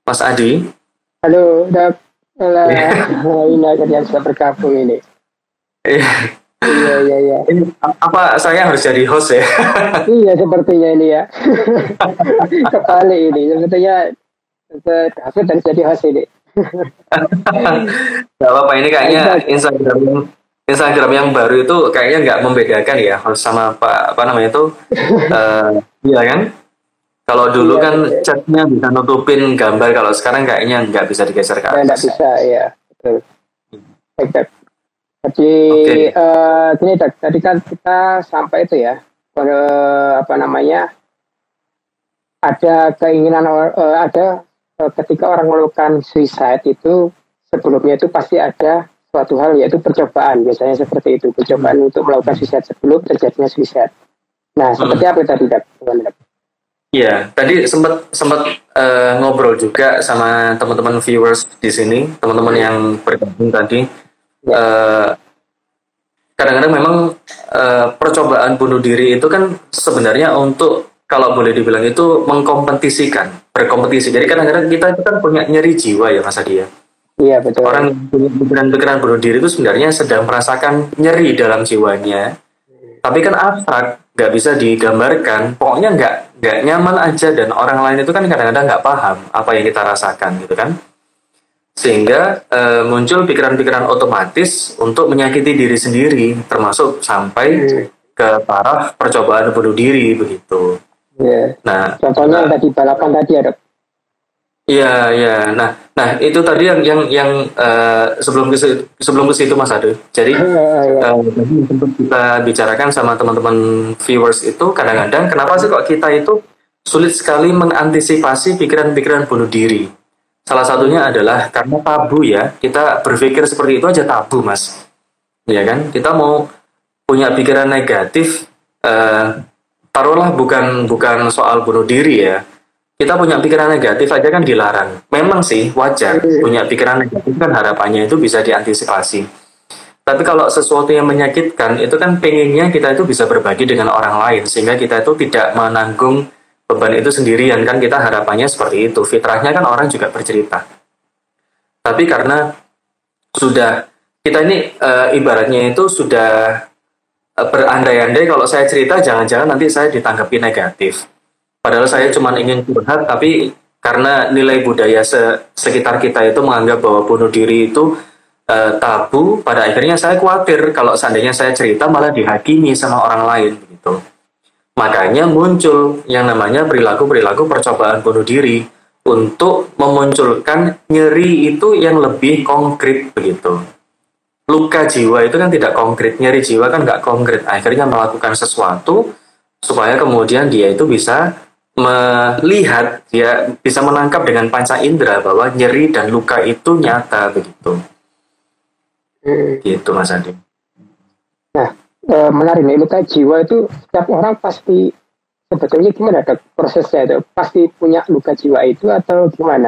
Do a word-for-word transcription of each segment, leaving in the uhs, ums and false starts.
Mas Adi. Halo, Dok. Alah, ini akhirnya sudah bergabung ini. Iya, Iya, iya, iya. ini apa saya harus jadi host ya? Iya, sepertinya ini ya. Kebalik ini. Sepertinya David dan jadi host ini. Gak apa-apa, ini kayaknya Baik, Instagram Instagram yang baru itu kayaknya nggak membedakan ya host sama apa apa namanya itu. eh iya kan? Kalau dulu iya, kan betul. chatnya bisa nutupin gambar, kalau sekarang kayaknya nggak bisa digeser ke Ya, tidak atas. bisa, ya. Betul. Baik, Dok. Jadi, Oke. eh gini, Dok. Tadi kan kita sampai itu ya. Pada, apa namanya, ada keinginan, eh, ada eh, ketika orang melakukan suicide itu, sebelumnya itu pasti ada suatu hal yaitu percobaan, biasanya seperti itu, percobaan untuk melakukan suicide sebelum terjadinya suicide. Nah, seperti Hmm. apa tadi, Dok? Gimana, Dok? Iya, tadi sempat sempat eh, ngobrol juga sama teman-teman viewers di sini, teman-teman yang bergabung tadi. Ya, Eh, Kadang-kadang memang eh, percobaan bunuh diri itu kan sebenarnya untuk, kalau boleh dibilang itu mengkompetisikan, berkompetisi. Jadi kadang-kadang kita itu kan punya nyeri jiwa ya Mas Adi ya. iya betul. Orang yang punya pikiran-pikiran bunuh diri itu sebenarnya sedang merasakan nyeri dalam jiwanya. Tapi kan abstrak, nggak bisa digambarkan. Pokoknya nggak nggak nyaman aja, dan orang lain itu kan kadang-kadang nggak paham apa yang kita rasakan gitu kan. Sehingga eh, muncul pikiran-pikiran otomatis untuk menyakiti diri sendiri, termasuk sampai Hmm, ke taraf percobaan bunuh diri begitu. ya. Nah, Contohnya yang eh, tadi balapan tadi ya, Dok. iya, iya. Nah, nah itu tadi yang yang yang eh, sebelum ke si- sebelum ke situ Mas Ade. Jadi Ya, eh, tadi sempat kita bicarakan sama teman-teman viewers itu, kadang-kadang kenapa sih kok kita itu sulit sekali mengantisipasi pikiran-pikiran bunuh diri. Salah satunya adalah karena tabu ya. Kita berpikir seperti itu aja tabu, Mas. Ya kan? Kita mau punya pikiran negatif, eh, taruhlah bukan bukan soal bunuh diri ya. Kita punya pikiran negatif aja kan dilarang. Memang sih wajar hmm, punya pikiran negatif, kan harapannya itu bisa diantisipasi. Tapi kalau sesuatu yang menyakitkan itu kan pengennya kita itu bisa berbagi dengan orang lain, sehingga kita itu tidak menanggung beban itu sendirian, kan kita harapannya seperti itu. Fitrahnya kan orang juga bercerita. Tapi karena sudah kita ini eh, ibaratnya itu sudah eh, berandai-andai kalau saya cerita jangan-jangan nanti saya ditanggapi negatif. Padahal saya cuma ingin curhat, tapi karena nilai budaya se- sekitar kita itu menganggap bahwa bunuh diri itu eh, tabu, pada akhirnya saya khawatir kalau seandainya saya cerita malah dihakimi sama orang lain begitu. Makanya muncul yang namanya perilaku-perilaku percobaan bunuh diri untuk memunculkan nyeri itu yang lebih konkret begitu. Luka jiwa itu kan tidak konkret, nyeri jiwa kan nggak konkret. Akhirnya melakukan sesuatu supaya kemudian dia itu bisa melihat, dia bisa menangkap dengan panca indera bahwa nyeri dan luka itu nyata begitu. hmm. Gitu Mas Adi. Nah, eh, menarik nih, luka jiwa itu setiap orang pasti sebetulnya gimana, Dok? Prosesnya itu pasti punya luka jiwa itu atau gimana?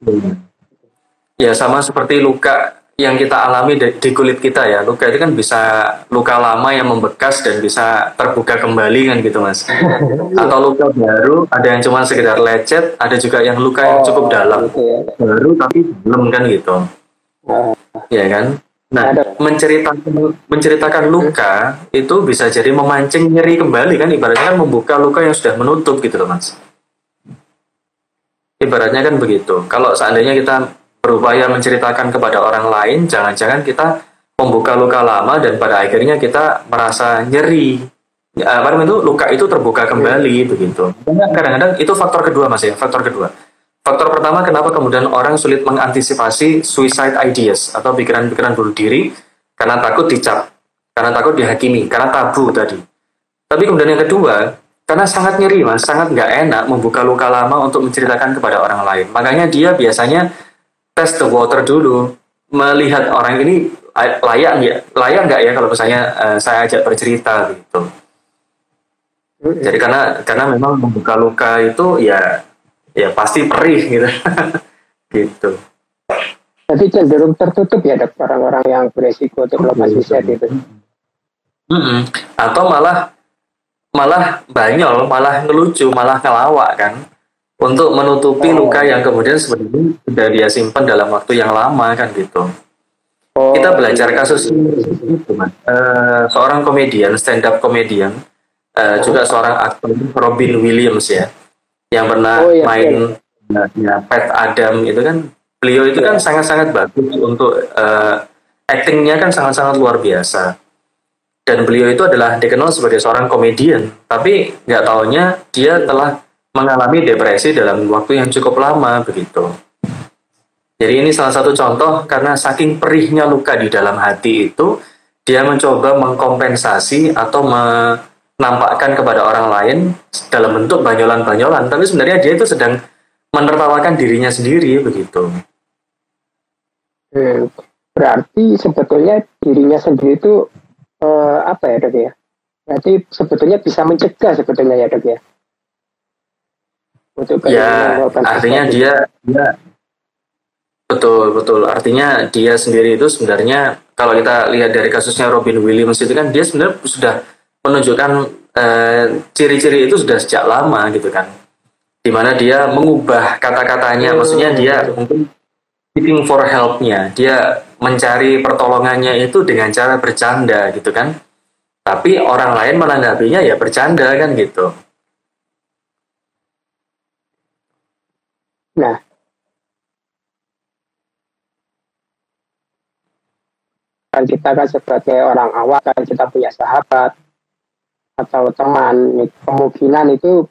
Ya sama seperti luka yang kita alami di, di kulit kita ya. Luka itu kan bisa luka lama yang membekas dan bisa terbuka kembali kan gitu Mas. Atau luka baru, ada yang cuma sekedar lecet, ada juga yang luka yang cukup Oh, dalam. gitu ya. Baru tapi belum kan gitu. Nah, Ya kan? Nah, ada. menceritakan menceritakan luka itu bisa jadi memancing nyeri kembali kan, ibaratnya kan membuka luka yang sudah menutup gitu loh Mas. Ibaratnya kan begitu. Kalau seandainya kita berupaya menceritakan kepada orang lain, jangan-jangan kita membuka luka lama dan pada akhirnya kita merasa nyeri. Ya, apa namanya itu, luka itu terbuka kembali begitu. Kadang-kadang itu faktor kedua Mas ya, faktor kedua. Faktor pertama kenapa kemudian orang sulit mengantisipasi suicide ideas atau pikiran-pikiran bunuh diri, karena takut dicap, karena takut dihakimi, karena tabu tadi. Tapi kemudian yang kedua, karena sangat nyeri Mas, sangat nggak enak membuka luka lama untuk menceritakan kepada orang lain. Makanya dia biasanya test the water dulu, melihat orang ini layak nggak, layak nggak ya kalau misalnya eh, saya ajak bercerita gitu. Jadi karena karena memang membuka luka itu ya ya pasti perih gitu. Gitu. Tapi cenderung tertutup ya, Dok, orang-orang yang beresiko untuk melakukan suicide itu. Mm-mm. Atau malah malah banyol, malah ngelucu, malah ngelawak kan. untuk menutupi Oh. luka yang kemudian sebenarnya sudah dia simpan dalam waktu yang lama kan gitu. Oh, Kita belajar iya. kasus itu, Mas. Eh, seorang komedian, stand up komedian, eh, juga seorang aktor Robin Williams ya, yang pernah Oh iya, main eh, ya, Pat Adam itu kan, beliau itu kan iya. sangat-sangat bagus untuk eh, actingnya kan sangat-sangat luar biasa. Dan beliau itu adalah dikenal sebagai seorang komedian, tapi nggak taunya dia telah mengalami depresi dalam waktu yang cukup lama begitu. Jadi ini salah satu contoh karena saking perihnya luka di dalam hati itu, dia mencoba mengkompensasi atau menampakkan kepada orang lain dalam bentuk banyolan-banyolan, tapi sebenarnya dia itu sedang menertawakan dirinya sendiri begitu. Hmm. Berarti sebetulnya dirinya sendiri itu eh, apa ya dok ya? Berarti sebetulnya bisa mencegah sebetulnya ya dok ya? Untuk Ya, keinginan melakukan artinya sesuatu. dia dia betul betul artinya dia sendiri itu sebenarnya kalau kita lihat dari kasusnya Robin Williams itu kan dia sebenarnya sudah menunjukkan eh, ciri-ciri itu sudah sejak lama gitu kan, dimana dia mengubah kata-katanya, maksudnya dia Hmm. mungkin seeking for help-nya, dia mencari pertolongannya itu dengan cara bercanda gitu kan, tapi orang lain menanggapinya ya bercanda kan gitu. Nah, kan kita kan sebagai orang awam kan kita punya sahabat atau teman, ya, kemungkinan itu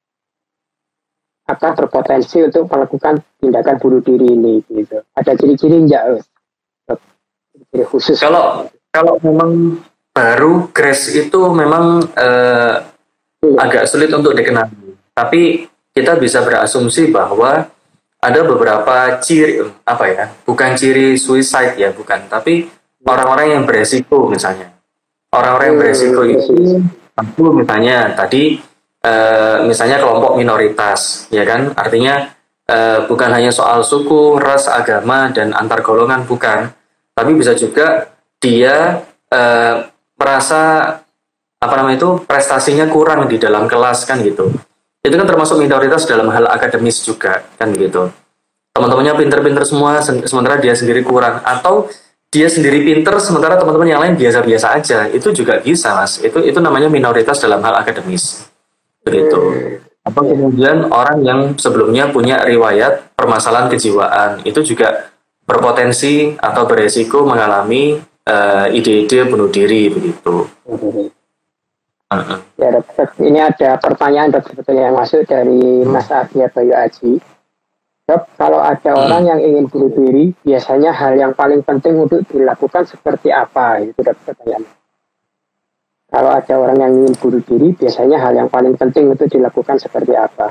akan berpotensi untuk melakukan tindakan bunuh diri ini gitu. Ada ciri-ciri enggak? Ciri khusus. Kalau kalau memang baru Grace itu memang eh, Iya. agak sulit untuk dikenali. Tapi kita bisa berasumsi bahwa ada beberapa ciri apa ya? Bukan ciri suicide ya, bukan. Tapi orang-orang yang beresiko misalnya. Orang-orang yang beresiko Hmm. itu tentu misalnya tadi eh, misalnya kelompok minoritas, ya kan? Artinya eh, bukan hanya soal suku, ras, agama dan antar golongan bukan, tapi bisa juga dia eh, merasa apa namanya itu prestasinya kurang di dalam kelas kan gitu. Itu kan termasuk minoritas dalam hal akademis juga kan gitu. Teman-temannya pinter-pinter semua sementara dia sendiri kurang, atau dia sendiri pinter sementara teman-teman yang lain biasa-biasa aja, itu juga bisa mas. Itu itu namanya minoritas dalam hal akademis begitu. Atau kemudian orang yang sebelumnya punya riwayat permasalahan kejiwaan itu juga berpotensi atau beresiko mengalami uh, ide-ide bunuh diri begitu. Uh-uh. Ya, dok, ini ada pertanyaan dok sebetulnya yang masuk dari Mas Arya Bayu Aji. Dok, kalau ada hmm. orang yang ingin bunuh diri, biasanya hal yang paling penting untuk dilakukan seperti apa? Itu dok pertanyaannya. Kalau ada orang yang ingin bunuh diri, biasanya hal yang paling penting untuk dilakukan seperti apa?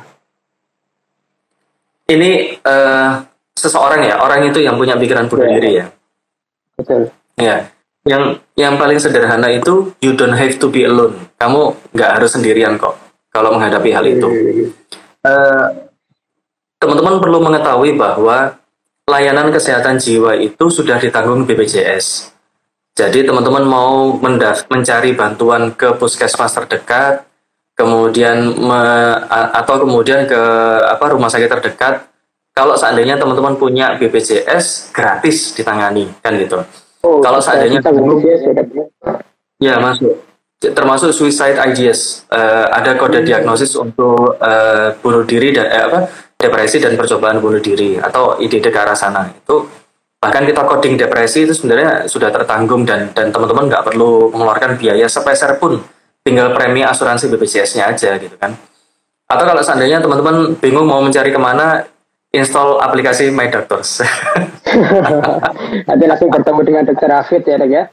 Ini uh, seseorang ya, orang itu yang punya pikiran bunuh ya. diri ya. Betul. Ya, yang yang paling sederhana itu you don't have to be alone. Kamu nggak harus sendirian kok kalau menghadapi hal itu. Hmm. Uh, teman-teman perlu mengetahui bahwa layanan kesehatan jiwa itu sudah ditanggung B P J S. Jadi teman-teman mau mendaf- mencari bantuan ke puskesmas terdekat, kemudian me, atau kemudian ke apa rumah sakit terdekat. Kalau seandainya teman-teman punya B P J S, gratis ditangani kan gitu. Oh, kalau seandainya belum, ya masuk. Termasuk suicide I D S, uh, ada kode hmm. diagnosis untuk uh, bunuh diri dan eh, apa depresi dan percobaan bunuh diri atau I D D ke arah sana. Itu bahkan kita coding depresi itu sebenarnya sudah tertanggung dan dan teman-teman nggak perlu mengeluarkan biaya sepeser pun, tinggal premi asuransi B P J S-nya aja gitu kan. Atau kalau seandainya teman-teman bingung mau mencari kemana, install aplikasi My Doctors. Nanti langsung bertemu dengan dokter Hafid ya dok ya.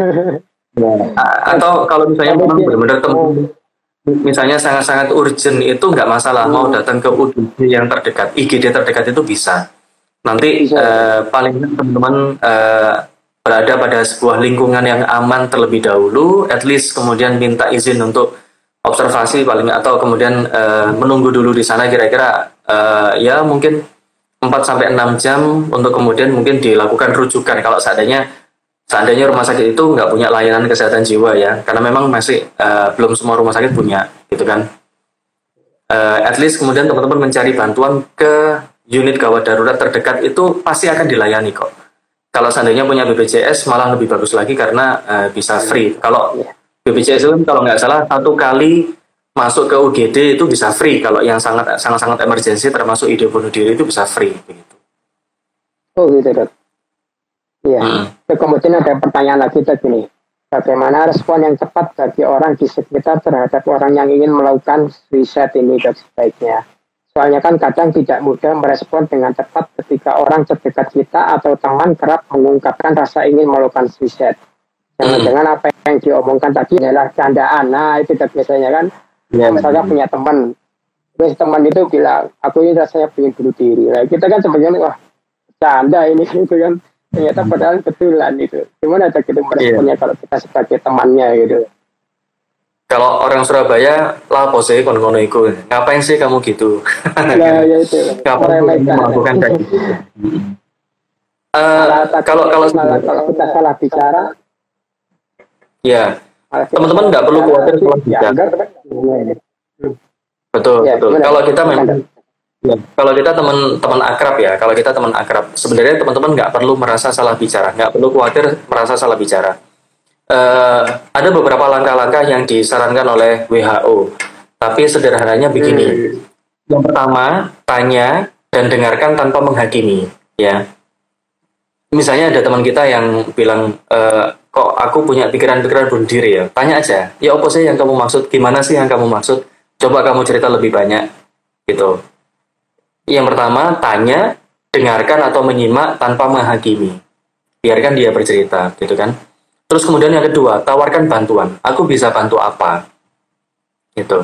Atau kalau misalnya memang benar-benar teman misalnya sangat-sangat urgent itu nggak masalah, hmm. mau datang ke U D D yang terdekat, I G D terdekat itu bisa. Nanti uh, paling teman-teman uh, berada pada sebuah lingkungan yang aman terlebih dahulu, at least kemudian minta izin untuk observasi paling atau kemudian uh, menunggu dulu di sana kira-kira uh, ya mungkin empat sampai enam jam untuk kemudian mungkin dilakukan rujukan kalau seandainya seandainya rumah sakit itu nggak punya layanan kesehatan jiwa ya, karena memang masih uh, belum semua rumah sakit punya gitu kan. uh, at least kemudian teman-teman mencari bantuan ke unit gawat darurat terdekat itu pasti akan dilayani kok. Kalau seandainya punya B P J S malah lebih bagus lagi karena uh, bisa free. Kalau B P J S itu kalau nggak salah satu kali masuk ke U G D itu bisa free. Kalau yang sangat sangat sangat emergency termasuk ide bunuh diri itu bisa free begitu. Oh gitu dok. Iya. Hmm. Kemudian ada pertanyaan lagi dok ini. Bagaimana respon yang tepat bagi orang di sekitar terhadap orang yang ingin melakukan suicide ini dok sebaiknya? Soalnya kan kadang tidak mudah merespon dengan tepat ketika orang terdekat kita atau teman kerap mengungkapkan rasa ingin melakukan suicide. Jangan-jangan apa yang diomongkan tadi adalah candaan. Nah itu dok biasanya kan. Ya, misalnya punya teman, terus teman itu bilang, aku ini rasanya pengen bunuh diri. Nah, kita kan sebenarnya wah canda ini gitu kan. Ternyata padahal betulan itu. Gimana aja gitu meresponnya yeah. kalau kita sebagai temannya gitu. Kalau orang Surabaya, lah pose kono-kono iku. Ngapain sih kamu gitu? Ya, ya itu. Ngapain kamu melakukan kayak gitu? Uh, kalau kalau kalau kita salah bicara, ya teman-teman nggak perlu khawatir kalau bicara. Betul, ya, betul. Gimana? Kalau kita memang Ya, kalau kita teman-teman akrab ya, kalau kita teman akrab, sebenarnya teman-teman nggak perlu merasa salah bicara, nggak perlu khawatir merasa salah bicara. Uh, ada beberapa langkah-langkah yang disarankan oleh W H O, tapi sederhananya begini. Hmm. Yang pertama, tanya dan dengarkan tanpa menghakimi. Ya, misalnya ada teman kita yang bilang, e, kok aku punya pikiran-pikiran bunuh diri ya? Tanya aja, ya apa sih yang kamu maksud? Gimana sih yang kamu maksud? Coba kamu cerita lebih banyak, gitu. Yang pertama, tanya, dengarkan atau menyimak tanpa menghakimi. Biarkan dia bercerita, gitu kan. Terus kemudian yang kedua, tawarkan bantuan. Aku bisa bantu apa? Gitu.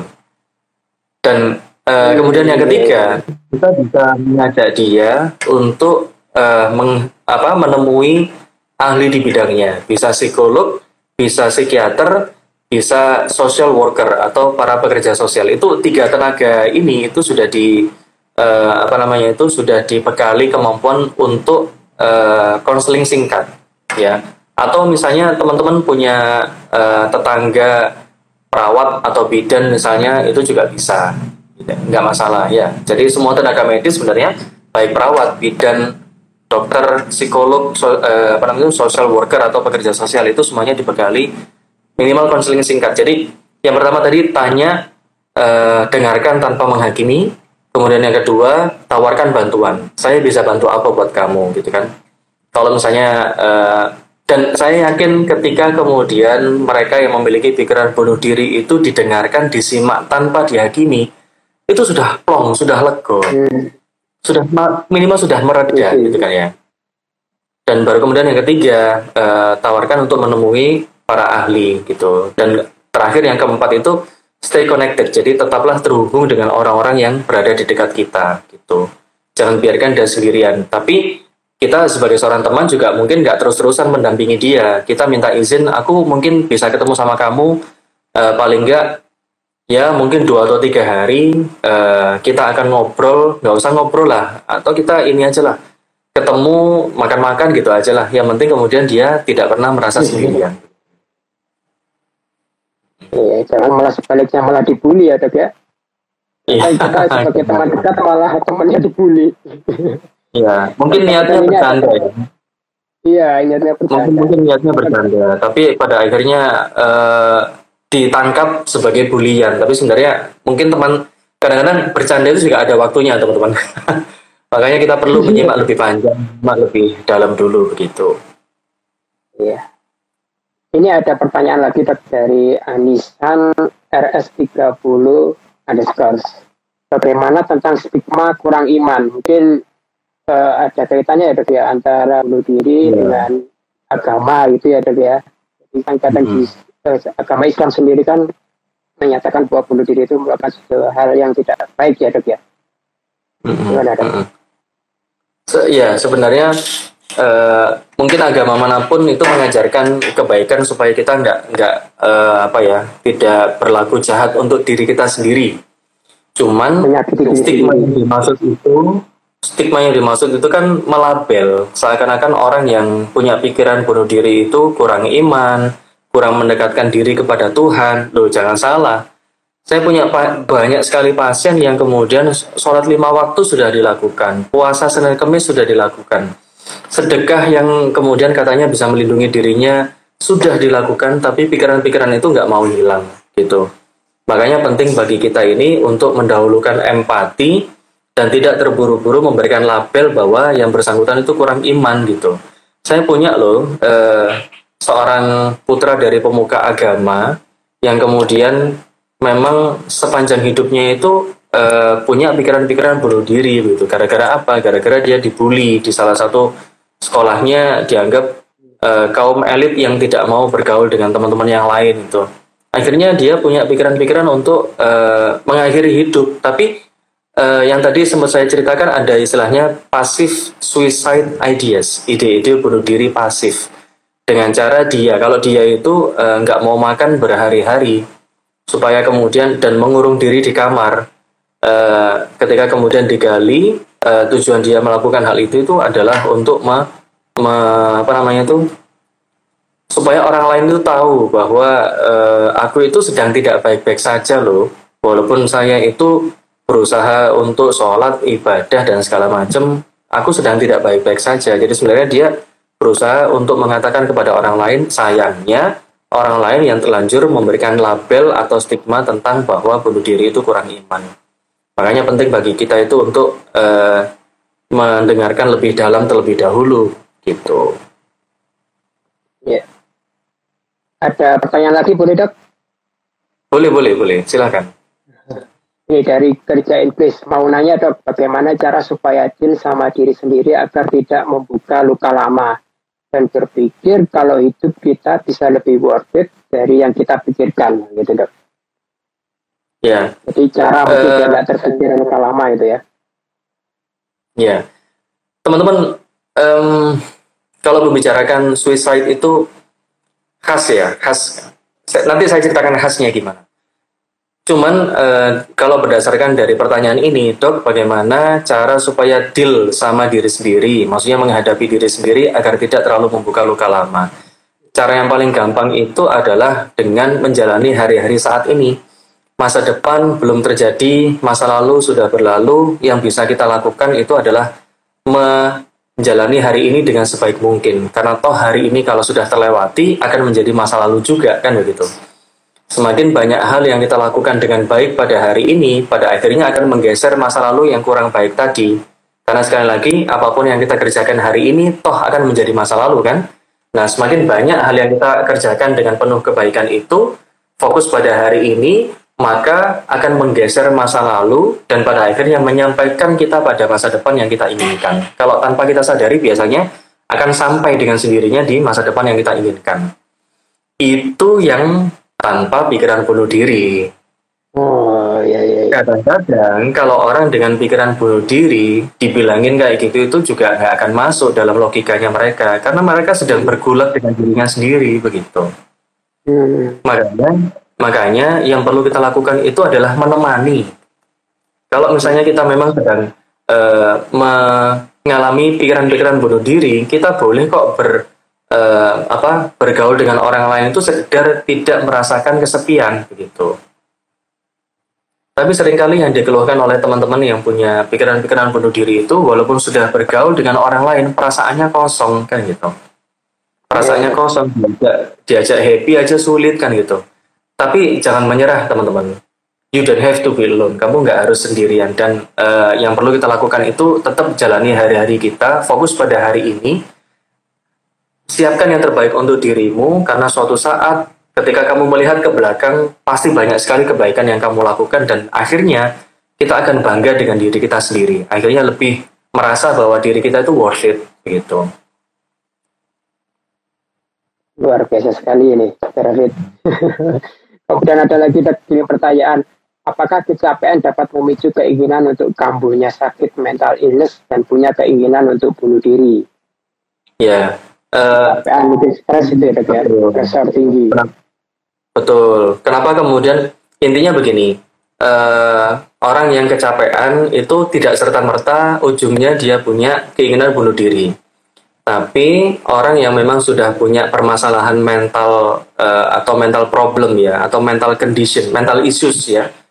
Dan e, kemudian yang ketiga, kita bisa mengajak dia untuk e, meng, apa, menemui ahli di bidangnya. Bisa psikolog, bisa psikiater, bisa social worker atau para pekerja sosial. Itu tiga tenaga ini itu sudah di Uh, apa namanya itu sudah dibekali kemampuan untuk konseling uh, singkat ya, atau misalnya teman-teman punya uh, tetangga perawat atau bidan misalnya, itu juga bisa, nggak masalah ya. Jadi semua tenaga medis sebenarnya, baik perawat, bidan, dokter, psikolog, so, uh, apa namanya social worker atau pekerja sosial, itu semuanya dibekali minimal konseling singkat. Jadi yang pertama tadi tanya, uh, dengarkan tanpa menghakimi. Kemudian yang kedua, tawarkan bantuan. Saya bisa bantu apa buat kamu, gitu kan? Kalau misalnya, uh, dan saya yakin ketika kemudian mereka yang memiliki pikiran bunuh diri itu didengarkan, disimak tanpa dihakimi, itu sudah plong, sudah lego, hmm. sudah minimal sudah mereda, hmm. gitu kan ya. Dan baru kemudian yang ketiga, uh, tawarkan untuk menemui para ahli, gitu. Dan terakhir yang keempat itu, stay connected, jadi tetaplah terhubung dengan orang-orang yang berada di dekat kita, gitu. Jangan biarkan dia sendirian. Tapi kita sebagai seorang teman juga mungkin nggak terus-terusan mendampingi dia. Kita minta izin, aku mungkin bisa ketemu sama kamu, uh, paling nggak ya mungkin dua atau tiga hari, uh, kita akan ngobrol, nggak usah ngobrol lah, atau kita ini aja lah, ketemu makan-makan gitu aja lah. Yang penting kemudian dia tidak pernah merasa sendirian. Iya, jangan malah sebaliknya malah dibully ya dok ya. Iya. Kita sebagai teman dekat malah temannya dibully. Iya, mungkin niatnya bercanda ya. Iya, niatnya bercanda. Mungkin, mungkin niatnya bercanda, tapi pada akhirnya uh, ditangkap sebagai bulian. Tapi sebenarnya mungkin teman kadang-kadang bercanda itu juga ada waktunya teman-teman. Makanya kita perlu menyimak lebih panjang, lebih dalam dulu begitu. Iya. Ini ada pertanyaan lagi dari Anisan R S tiga puluh underscore. Bagaimana tentang stigma kurang iman? Mungkin uh, ada kaitannya ya dok ya antara bunuh diri yeah. dengan agama gitu ya dok ya. Jadi kan kadang mm-hmm. di uh, agama Islam sendiri kan menyatakan bahwa bunuh diri itu merupakan hal yang tidak baik ya dok ya. Mm-hmm. Gimana dok? Mm-hmm. So, ya sebenarnya Uh, mungkin agama manapun itu mengajarkan kebaikan supaya kita nggak nggak uh, apa ya tidak berlaku jahat untuk diri kita sendiri. Cuman stigma yang dimaksud itu stigma yang dimaksud itu kan melabel seakan-akan orang yang punya pikiran bunuh diri itu kurang iman, kurang mendekatkan diri kepada Tuhan. Loh jangan salah, Saya punya pa- banyak sekali pasien yang kemudian sholat lima waktu sudah dilakukan, puasa Senin Kemis sudah dilakukan, sedekah yang kemudian katanya bisa melindungi dirinya sudah dilakukan, tapi pikiran-pikiran itu nggak mau hilang gitu. Makanya penting bagi kita ini untuk mendahulukan empati dan tidak terburu-buru memberikan label bahwa yang bersangkutan itu kurang iman gitu. Saya punya loh eh, seorang putra dari pemuka agama yang kemudian memang sepanjang hidupnya itu eh, punya pikiran-pikiran bunuh diri gitu. Gara-gara apa? Gara-gara dia dibully di salah satu sekolahnya, dianggap eh, kaum elit yang tidak mau bergaul dengan teman-teman yang lain itu. Akhirnya dia punya pikiran-pikiran untuk uh, mengakhiri hidup. Tapi uh, yang tadi sempat saya ceritakan ada istilahnya passive suicide ideas, ide-ide bunuh diri pasif. Dengan cara dia, kalau dia itu uh, nggak mau makan berhari-hari, supaya kemudian dan mengurung diri di kamar. Uh, ketika kemudian digali, uh, tujuan dia melakukan hal itu itu adalah untuk me, me, apa namanya itu supaya orang lain itu tahu bahwa uh, aku itu sedang tidak baik-baik saja loh, walaupun saya itu berusaha untuk sholat, ibadah dan segala macam, aku sedang tidak baik-baik saja. Jadi sebenarnya dia berusaha untuk mengatakan kepada orang lain, sayangnya orang lain yang terlanjur memberikan label atau stigma tentang bahwa bunuh diri itu kurang iman. Makanya penting bagi kita itu untuk uh, mendengarkan lebih dalam terlebih dahulu gitu. Ya. Ada pertanyaan lagi boleh dok? Boleh, boleh, boleh. Silakan. Ini dari kerja Inggris. Mau nanya dok, bagaimana cara supaya adil sama diri sendiri agar tidak membuka luka lama dan berpikir kalau hidup kita bisa lebih worth it dari yang kita pikirkan, gitu dok. Ya. Jadi cara uh, untuk tidak terpikir luka lama itu ya. Ya, teman-teman, um, kalau membicarakan suicide itu khas ya, khas. Nanti saya ceritakan khasnya gimana. Cuman eh, kalau berdasarkan dari pertanyaan ini, dok, bagaimana cara supaya deal sama diri sendiri, maksudnya menghadapi diri sendiri agar tidak terlalu membuka luka lama. Cara yang paling gampang itu adalah dengan menjalani hari-hari saat ini. Masa depan belum terjadi, masa lalu sudah berlalu, yang bisa kita lakukan itu adalah me menjalani hari ini dengan sebaik mungkin, karena toh hari ini kalau sudah terlewati akan menjadi masa lalu juga, kan begitu. Semakin banyak hal yang kita lakukan dengan baik pada hari ini, pada akhirnya akan menggeser masa lalu yang kurang baik tadi. Karena sekali lagi, apapun yang kita kerjakan hari ini toh akan menjadi masa lalu, kan. Nah, semakin banyak hal yang kita kerjakan dengan penuh kebaikan itu, fokus pada hari ini, maka akan menggeser masa lalu dan pada akhirnya menyampaikan kita pada masa depan yang kita inginkan. Kalau tanpa kita sadari, biasanya akan sampai dengan sendirinya di masa depan yang kita inginkan. Itu yang tanpa pikiran bunuh diri. Oh, iya, iya. Kadang-kadang kalau orang dengan pikiran bunuh diri dibilangin kayak gitu, itu juga nggak akan masuk dalam logikanya mereka, karena mereka sedang bergulat dengan dirinya sendiri, begitu. Hmm. Makanya Makanya yang perlu kita lakukan itu adalah menemani. Kalau misalnya kita memang sedang uh, mengalami pikiran-pikiran bunuh diri, kita boleh kok ber, uh, apa, bergaul dengan orang lain itu sekedar tidak merasakan kesepian, begitu. Tapi seringkali yang dikeluhkan oleh teman-teman yang punya pikiran-pikiran bunuh diri itu, walaupun sudah bergaul dengan orang lain, perasaannya kosong, kan gitu. Perasaannya kosong, diajak, diajak happy aja sulit, kan gitu. Tapi jangan menyerah, teman-teman. You don't have to be alone. Kamu nggak harus sendirian. Dan uh, yang perlu kita lakukan itu tetap jalani hari-hari kita, fokus pada hari ini. Siapkan yang terbaik untuk dirimu, karena suatu saat ketika kamu melihat ke belakang, pasti banyak sekali kebaikan yang kamu lakukan, dan akhirnya kita akan bangga dengan diri kita sendiri. Akhirnya lebih merasa bahwa diri kita itu worth it, gitu. Luar biasa sekali ini, David. Kemudian ada lagi pertanyaan, apakah kecapean dapat memicu keinginan untuk kambuhnya sakit mental illness dan punya keinginan untuk bunuh diri? Ya. Uh, kecapean mungkin stres itu ya, ya pressure tinggi. Betul. Kenapa kemudian intinya begini, uh, orang yang kecapean itu tidak serta-merta ujungnya dia punya keinginan bunuh diri. Tapi orang yang memang sudah punya permasalahan mental uh, atau mental problem ya, atau mental condition, mental issues ya,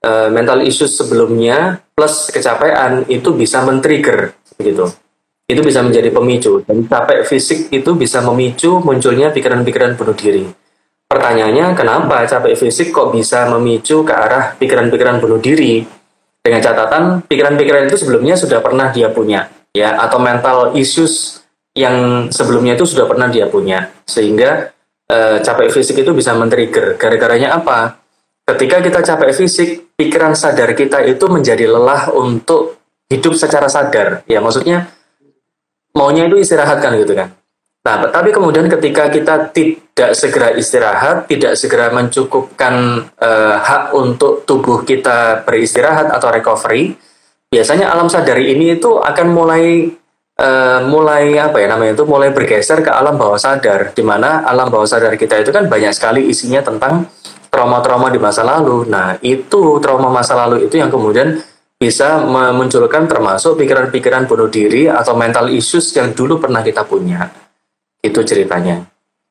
uh, mental issues sebelumnya plus kecapean itu bisa men-trigger begitu. Itu bisa menjadi pemicu, dan capek fisik itu bisa memicu munculnya pikiran-pikiran bunuh diri. Pertanyaannya, kenapa capek fisik kok bisa memicu ke arah pikiran-pikiran bunuh diri? Dengan catatan pikiran-pikiran itu sebelumnya sudah pernah dia punya, ya, atau mental issues yang sebelumnya itu sudah pernah dia punya, sehingga eh, capek fisik itu bisa men-trigger. Gara-garanya apa? Ketika kita capek fisik, pikiran sadar kita itu menjadi lelah untuk hidup secara sadar. Ya, maksudnya maunya itu istirahat kan gitu kan. Nah, tapi kemudian ketika kita tidak segera istirahat, tidak segera mencukupkan eh, hak untuk tubuh kita beristirahat atau recovery, biasanya alam sadar ini itu akan mulai eh, mulai apa ya namanya itu mulai bergeser ke alam bawah sadar, di mana alam bawah sadar kita itu kan banyak sekali isinya tentang trauma-trauma di masa lalu. Nah, itu trauma masa lalu itu yang kemudian bisa memunculkan termasuk pikiran-pikiran bunuh diri atau mental issues yang dulu pernah kita punya. Itu ceritanya.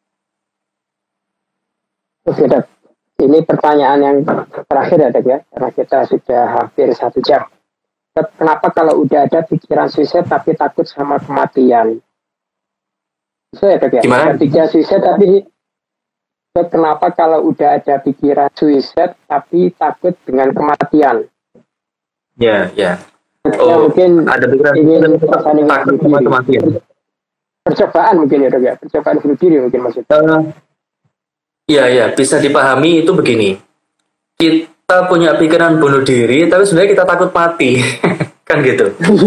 Oke, Dok. Ini pertanyaan yang terakhir ya, Dok, ya, karena kita sudah hampir satu jam. Dok, kenapa kalau udah ada pikiran suicide tapi takut sama kematian? Bisa ya, Dok, ya? Gimana? Ketika suicide tapi Dok, kenapa kalau udah ada pikiran suicide tapi takut dengan kematian? Ya, ya. Oh, mungkin ada pikiran ingin takut sama kematian. Percobaan mungkin ya, Dok, ya? Percobaan bunuh diri mungkin maksudnya. Uh, Iya, iya, bisa dipahami itu begini. Kita punya pikiran bunuh diri, tapi sebenarnya kita takut mati. Kan gitu.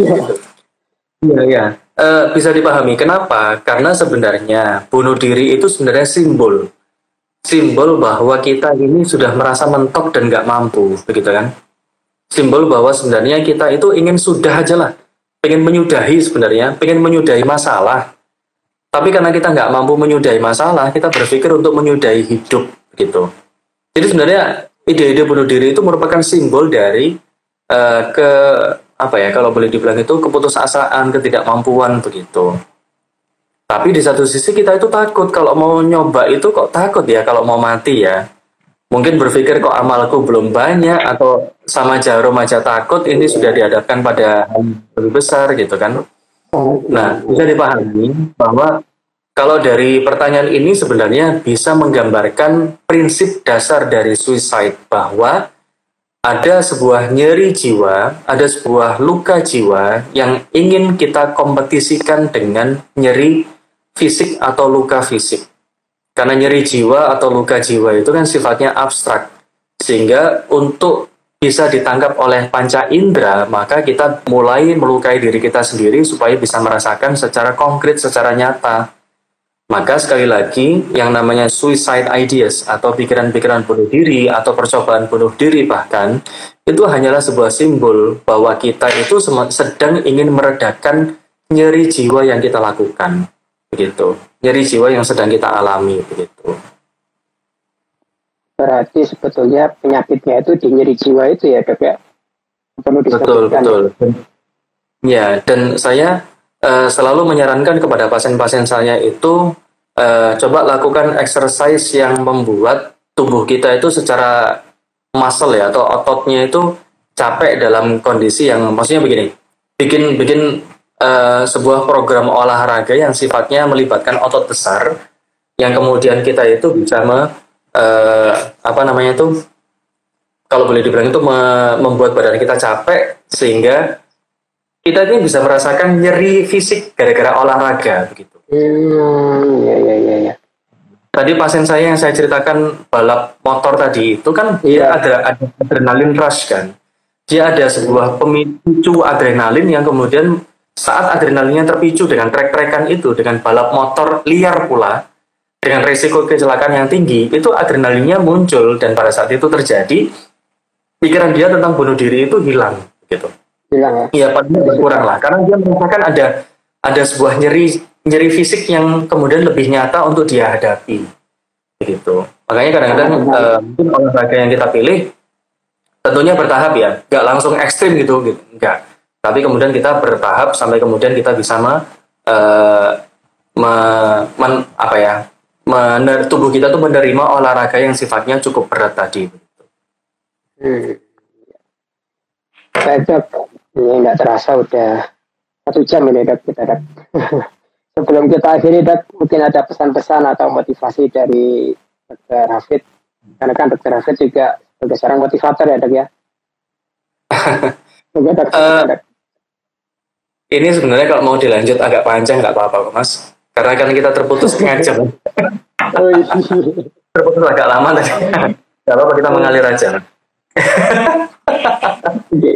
Iya, iya. Uh, bisa dipahami. Kenapa? Karena sebenarnya bunuh diri itu sebenarnya simbol. Simbol bahwa kita ini sudah merasa mentok dan nggak mampu. Begitu kan? Simbol bahwa sebenarnya kita itu ingin sudah aja lah. Pengen menyudahi sebenarnya. Pengen menyudahi masalah. Tapi karena kita nggak mampu menyudahi masalah, kita berpikir untuk menyudahi hidup, gitu. Jadi sebenarnya ide-ide bunuh diri itu merupakan simbol dari uh, ke apa ya, kalau boleh dibilang itu keputusasaan, ketidakmampuan begitu. Tapi di satu sisi kita itu takut kalau mau nyoba itu kok takut ya kalau mau mati ya. Mungkin berpikir kok amalku belum banyak atau sama jarum aja takut, ini sudah dihadapkan pada hal lebih besar gitu kan. Nah, bisa dipahami bahwa kalau dari pertanyaan ini sebenarnya bisa menggambarkan prinsip dasar dari suicide, bahwa ada sebuah nyeri jiwa, ada sebuah luka jiwa yang ingin kita kompetisikan dengan nyeri fisik atau luka fisik. Karena nyeri jiwa atau luka jiwa itu kan sifatnya abstrak, sehingga untuk bisa ditangkap oleh panca indera, maka kita mulai melukai diri kita sendiri supaya bisa merasakan secara konkret, secara nyata. Maka sekali lagi, yang namanya suicide ideas atau pikiran-pikiran bunuh diri atau percobaan bunuh diri bahkan, itu hanyalah sebuah simbol bahwa kita itu sedang ingin meredakan nyeri jiwa yang kita lakukan. Begitu. Nyeri jiwa yang sedang kita alami. Begitu. Berarti sebetulnya penyakitnya itu di nyeri jiwa itu ya, Dok, ya? Perlu betul, betul. Ya, dan saya uh, selalu menyarankan kepada pasien-pasien saya itu uh, coba lakukan exercise yang membuat tubuh kita itu secara muscle ya, atau ototnya itu capek dalam kondisi yang, maksudnya begini, bikin bikin uh, sebuah program olahraga yang sifatnya melibatkan otot besar, yang kemudian kita itu bisa me Uh, apa namanya itu, kalau boleh dibilang itu me membuat badan kita capek sehingga kita ini bisa merasakan nyeri fisik gara-gara olahraga begitu. Hmm, ya, ya, ya, ya. Tadi pasien saya yang saya ceritakan balap motor tadi itu kan dia ada, ada adrenalin rush kan. Dia ada sebuah pemicu adrenalin yang kemudian saat adrenalinnya terpicu dengan trek-trekan itu, dengan balap motor liar pula, dengan risiko kecelakaan yang tinggi, itu adrenalinnya muncul, dan pada saat itu terjadi, pikiran dia tentang bunuh diri itu hilang, gitu. Hilang ya? Iya, padahal berkurang lah, karena dia merasakan ada ada sebuah nyeri nyeri fisik yang kemudian lebih nyata untuk dia hadapi, gitu. Makanya kadang-kadang uh, mungkin olahraga yang kita pilih tentunya bertahap ya, nggak langsung ekstrim gitu, gitu, nggak. Tapi kemudian kita bertahap sampai kemudian kita bisa me, uh, me, men, apa ya? Mener, tubuh kita tuh menerima olahraga yang sifatnya cukup berat tadi. Hmm. Baik dok, ini nggak terasa udah satu jam ini dok kita dok. Sebelum kita akhiri dok, mungkin ada pesan-pesan atau motivasi dari dokter Hafid. Karena kan dokter Hafid juga sebagai seorang motivator ya dok ya. Oke, dok, Eh, dok. ini sebenarnya kalau mau dilanjut agak panjang nggak apa-apa kok mas. Karena kan kita terputus setengah jam. Oh, iya. Terputus agak lama tadi. Nggak apa-apa kita mengalir aja. Oke.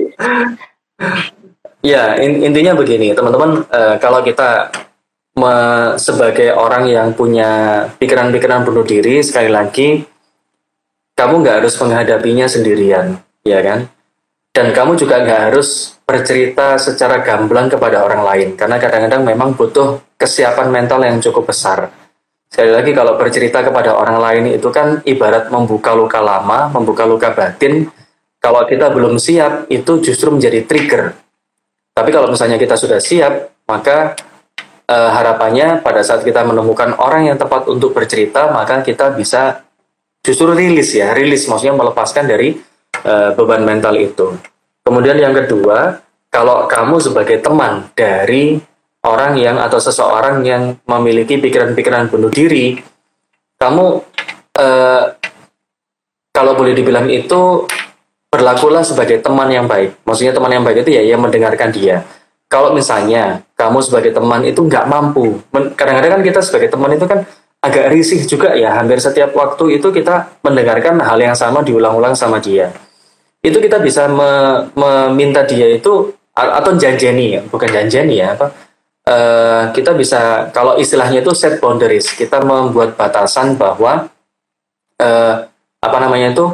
Ya, in- intinya begini, teman-teman, eh, kalau kita me- sebagai orang yang punya pikiran-pikiran bunuh diri, sekali lagi, kamu nggak harus menghadapinya sendirian, ya kan? Dan kamu juga nggak harus bercerita secara gamblang kepada orang lain, karena kadang-kadang memang butuh kesiapan mental yang cukup besar. Sekali lagi, kalau bercerita kepada orang lain itu kan ibarat membuka luka lama, membuka luka batin. Kalau kita belum siap, itu justru menjadi trigger. Tapi kalau misalnya kita sudah siap, maka eh, harapannya pada saat kita menemukan orang yang tepat untuk bercerita, maka kita bisa justru rilis ya, rilis maksudnya melepaskan dari eh, beban mental itu. Kemudian yang kedua, kalau kamu sebagai teman dari orang yang atau seseorang yang memiliki pikiran-pikiran bunuh diri, kamu eh, kalau boleh dibilang itu berlakulah sebagai teman yang baik. Maksudnya teman yang baik itu ya yang mendengarkan dia. Kalau misalnya kamu sebagai teman itu nggak mampu, men- kadang-kadang kan kita sebagai teman itu kan agak risih juga ya. Hampir setiap waktu itu kita mendengarkan hal yang sama diulang-ulang sama dia. Itu kita bisa me- meminta dia itu a- atau janjeni ya, bukan janjeni ya apa? Eh, kita bisa kalau istilahnya itu set boundaries. Kita membuat batasan bahwa eh, apa namanya itu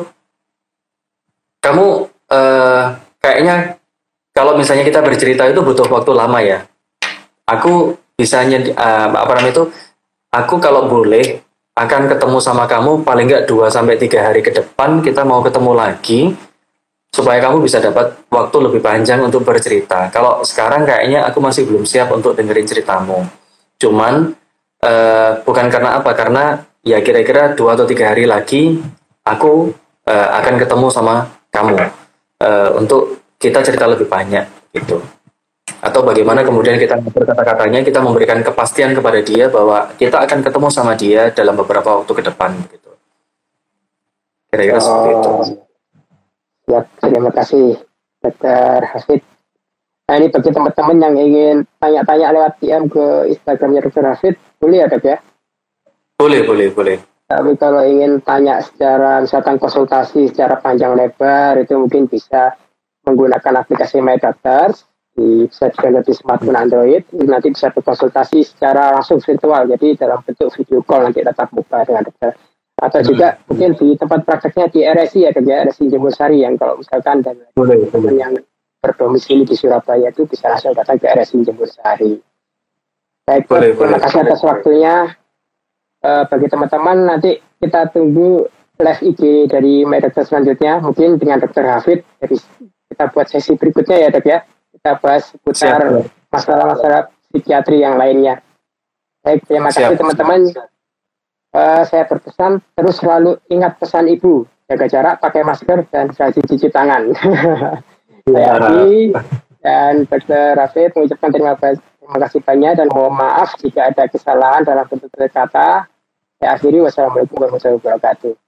kamu eh, kayaknya kalau misalnya kita bercerita itu butuh waktu lama ya. Aku bisa nyedi- eh, apa namanya itu? Aku kalau boleh akan ketemu sama kamu paling nggak dua sampai tiga hari ke depan kita mau ketemu lagi supaya kamu bisa dapat waktu lebih panjang untuk bercerita. Kalau sekarang kayaknya aku masih belum siap untuk dengerin ceritamu. Cuman eh, bukan karena apa? Karena ya kira-kira dua atau tiga hari lagi aku eh, akan ketemu sama kamu eh, untuk kita cerita lebih banyak gitu. Atau bagaimana kemudian kita berkata-katanya kita memberikan kepastian kepada dia bahwa kita akan ketemu sama dia dalam beberapa waktu ke depan gitu. Kira-kira seperti itu. Oh, ya, terima kasih dokter Hafid. Nah ini bagi teman-teman yang ingin tanya-tanya lewat D M ke Instagramnya dokter Hafid, boleh ya dok ya? Boleh, boleh, boleh. Tapi kalau ingin tanya secara misalkan konsultasi secara panjang lebar itu mungkin bisa menggunakan aplikasi My Doctors, di, bisa di smartphone Android, nanti bisa berkonsultasi secara langsung virtual, jadi dalam bentuk video call nanti tatap muka dengan dokter. Atau juga mungkin di tempat prakteknya di R S I ya, kerja R S I Jemur Sari yang kalau misalkan dan Boleh, teman boleh. yang berdomisili di Surabaya itu bisa langsung datang ke R S I Jemur Sari. Baik, Boleh, terima boleh. kasih atas waktunya. Uh, bagi teman-teman nanti kita tunggu live I G dari My Doctor selanjutnya mungkin dengan dokter Hafid. Jadi kita buat sesi berikutnya ya dok ya, kita bahas seputar Siap. masalah-masalah psikiatri yang lainnya. Baik, terima kasih Siap. teman-teman. Uh, saya berpesan terus selalu ingat pesan ibu, jaga jarak, pakai masker dan rajin cuci tangan. Saya Adi dan dokter Hafid mengucapkan terima kasih Terima kasih banyak dan mohon maaf jika ada kesalahan dalam bentuk kata. Saya akhiri, wassalamualaikum warahmatullahi wabarakatuh.